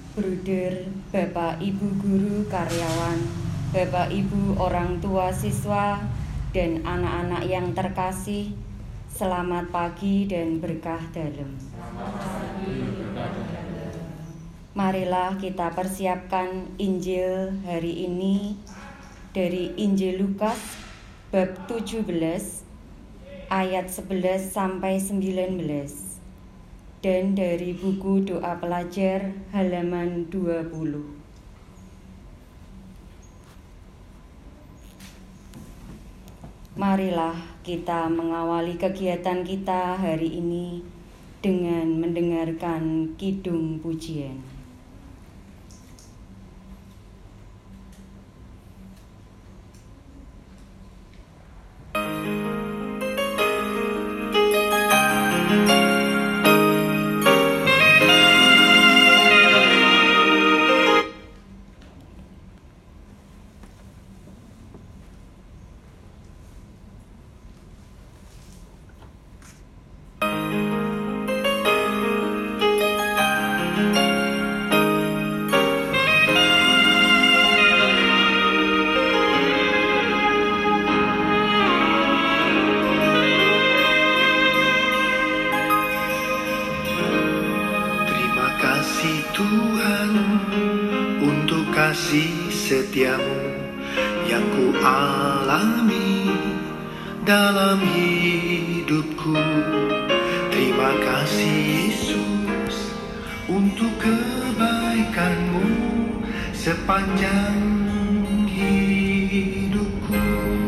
bruder, Bapak Ibu guru karyawan, Bapak Ibu orang tua siswa, dan anak-anak yang terkasih, selamat pagi dan berkah dalam. Marilah kita persiapkan Injil hari ini dari Injil Lukas bab 17 ayat 11 sampai 19 dan dari buku doa pelajar halaman 20. Marilah kita mengawali kegiatan kita hari ini dengan mendengarkan kidung pujian. Tuhan, untuk kasih setiamu yang ku alami dalam hidupku. Terima kasih Yesus untuk kebaikanmu sepanjang hidupku.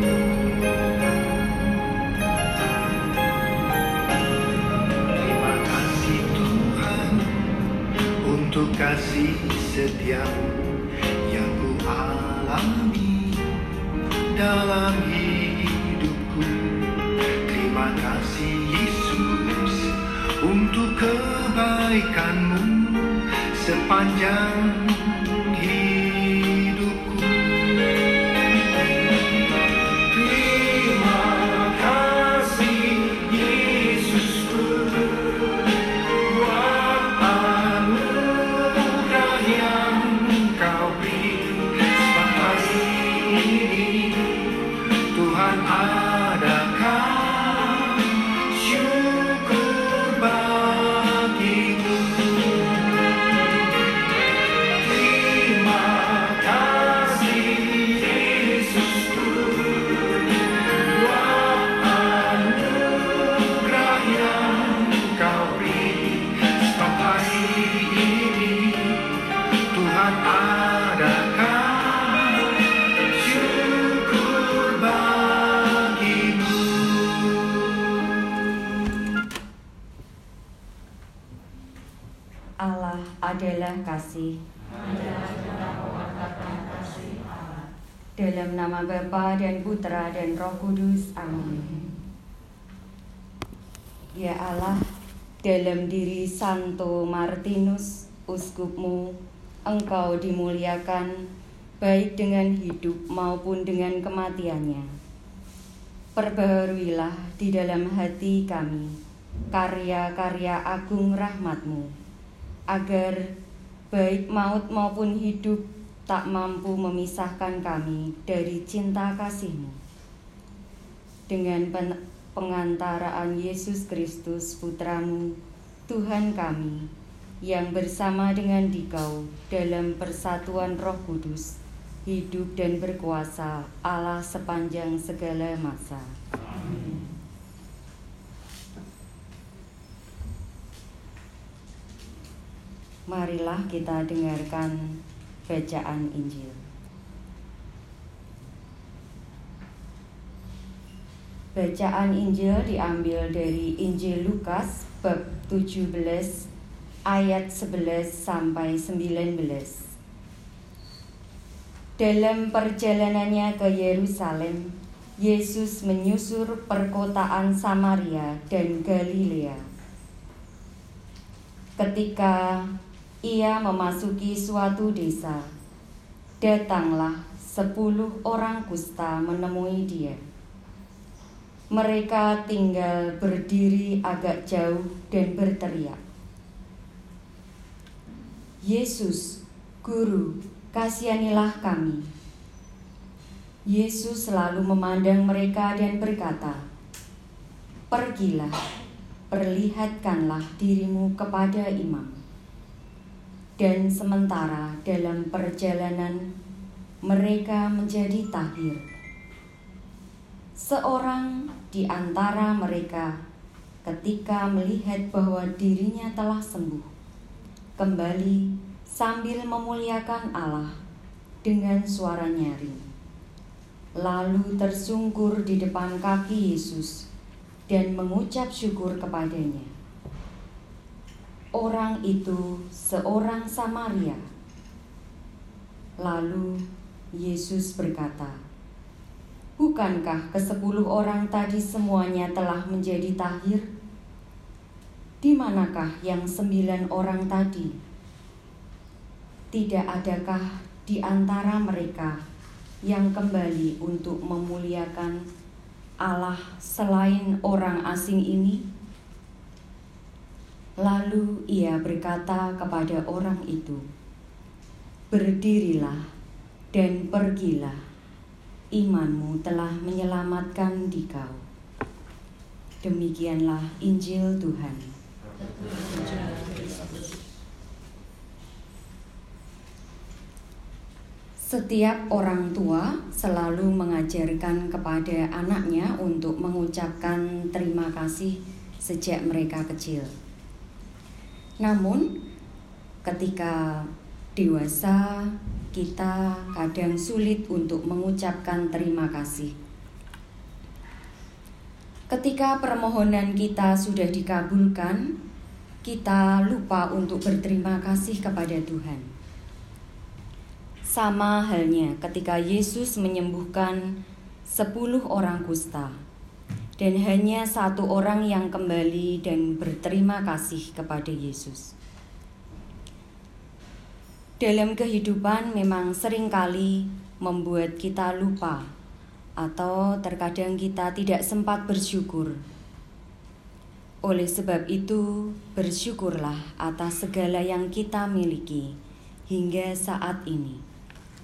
Terima kasih Tuhan untuk kasih setiamu yang ku alami dalam hidupku. Terima kasih Yesus untuk kebaikanmu sepanjang hidupku. Terima kasih Yesusku buat anugerah yang Kau beri. Sebab hari ini Tuhan adakan syukur bagimu. Terima kasih Yesusku buat anugerah yang Kau beri. Sebab hari ini Tuhan adakan syukur bagimu. Allah adalah kasih. Dalam nama Bapa dan Putra dan Roh Kudus. Amin. Ya Allah, dalam diri Santo Martinus, uskupmu, Engkau dimuliakan, baik dengan hidup maupun dengan kematiannya. Perbaharuilah di dalam hati kami karya-karya agung rahmat-Mu, agar baik maut maupun hidup tak mampu memisahkan kami dari cinta kasih-Mu. Dengan pengantaraan Yesus Kristus Putra-Mu, Tuhan kami, yang bersama dengan Dikau dalam persatuan Roh Kudus, hidup dan berkuasa Allah sepanjang segala masa. Amin. Marilah kita dengarkan bacaan Injil. Bacaan Injil diambil dari Injil Lukas bab 17 ayat 11 sampai 19. Dalam perjalanannya ke Yerusalem, Yesus menyusur perkotaan Samaria dan Galilea. Ketika Ia memasuki suatu desa, datanglah 10 orang kusta menemui Dia. Mereka tinggal berdiri agak jauh dan berteriak, Yesus, Guru, kasihanilah kami. Yesus selalu memandang mereka dan berkata, "Pergilah, perlihatkanlah dirimu kepada imam." Dan sementara dalam perjalanan mereka menjadi tahir, seorang di antara mereka ketika melihat bahwa dirinya telah sembuh, kembali sambil memuliakan Allah dengan suara nyaring. Lalu tersungkur di depan kaki Yesus dan mengucap syukur kepadanya. Orang itu seorang Samaria. Lalu Yesus berkata, "Bukankah ke-10 orang tadi semuanya telah menjadi tahir? Di manakah yang 9 orang tadi? Tidak adakah di antara mereka yang kembali untuk memuliakan Allah selain orang asing ini?" Lalu ia berkata kepada orang itu, "Berdirilah dan pergilah, imanmu telah menyelamatkan dikau." Demikianlah Injil Tuhan. Setiap orang tua selalu mengajarkan kepada anaknya untuk mengucapkan terima kasih sejak mereka kecil. Namun, ketika dewasa, kita kadang sulit untuk mengucapkan terima kasih. Ketika permohonan kita sudah dikabulkan, kita lupa untuk berterima kasih kepada Tuhan. Sama halnya ketika Yesus menyembuhkan 10 orang kusta, dan hanya 1 orang yang kembali dan berterima kasih kepada Yesus. Dalam kehidupan memang seringkali membuat kita lupa, atau terkadang kita tidak sempat bersyukur. Oleh sebab itu, bersyukurlah atas segala yang kita miliki hingga saat ini.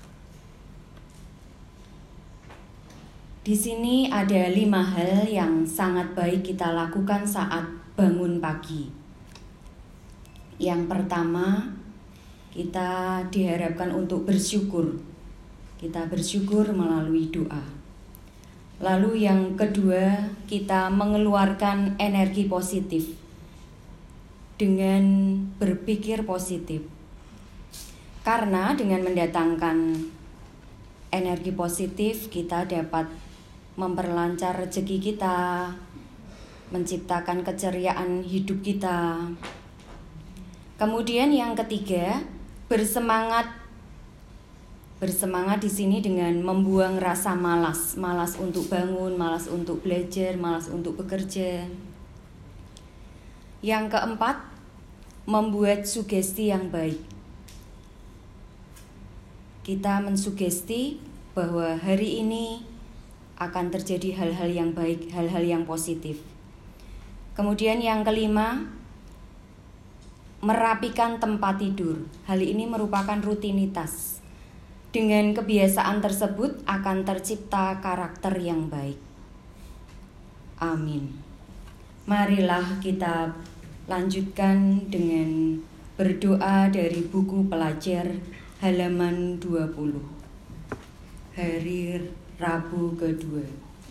Di sini ada 5 hal yang sangat baik kita lakukan saat bangun pagi. Yang pertama, kita diharapkan untuk bersyukur. Kita bersyukur melalui doa. Lalu yang kedua, kita mengeluarkan energi positif dengan berpikir positif. Karena dengan mendatangkan energi positif, kita dapat memperlancar rezeki kita, menciptakan keceriaan hidup kita. Kemudian yang ketiga, bersemangat. Bersemangat di sini dengan membuang rasa malas, malas untuk bangun, malas untuk belajar, malas untuk bekerja. Yang keempat, membuat sugesti yang baik. Kita mensugesti bahwa hari ini akan terjadi hal-hal yang baik, hal-hal yang positif. Kemudian yang kelima, merapikan tempat tidur. Hal ini merupakan rutinitas. Dengan kebiasaan tersebut akan tercipta karakter yang baik. Amin. Marilah kita lanjutkan dengan berdoa dari buku pelajar halaman 20. Hari Rabu kedua.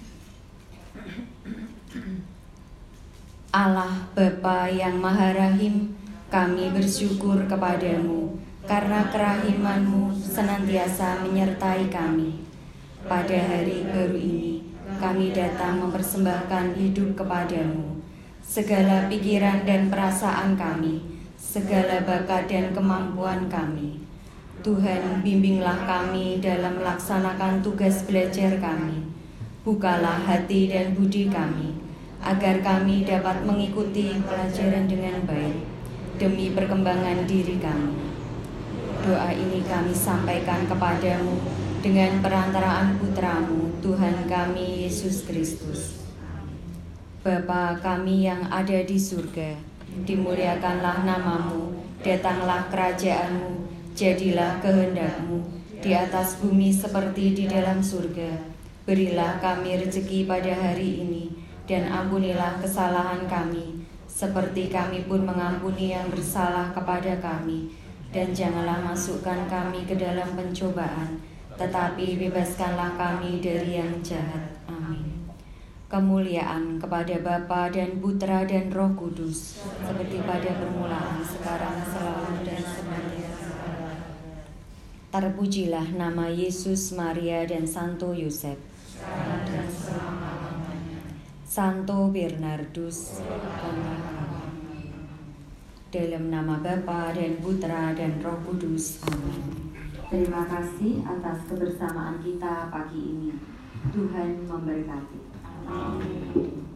Allah Bapa yang Maha Rahim, kami bersyukur kepadamu karena kerahiman-Mu senantiasa menyertai kami. Pada hari baru ini, kami datang mempersembahkan hidup kepadamu. Segala pikiran dan perasaan kami, segala bakat dan kemampuan kami. Tuhan, bimbinglah kami dalam melaksanakan tugas belajar kami. Bukalah hati dan budi kami, agar kami dapat mengikuti pelajaran dengan baik, demi perkembangan diri kami. Doa ini kami sampaikan kepadamu dengan perantaraan Putra-Mu, Tuhan kami Yesus Kristus. Bapa kami yang ada di surga, dimuliakanlah nama-Mu, Datanglah kerajaan-Mu, jadilah kehendak-Mu di atas bumi seperti di dalam surga. Berilah kami rezeki pada hari ini, dan ampunilah kesalahan kami, seperti kami pun mengampuni yang bersalah kepada kami. Dan janganlah masukkan kami ke dalam pencobaan, tetapi bebaskanlah kami dari yang jahat. Amin. Kemuliaan kepada Bapa dan Putra dan Roh Kudus, seperti pada permulaan, sekarang, selalu, dan senantiasa. Terpujilah nama Yesus, Maria, dan Santo Yosef. Santo Bernardus, dalam nama Bapa dan Putra dan Roh Kudus. Amin. Terima kasih atas kebersamaan kita pagi ini. Tuhan memberkati. Amin.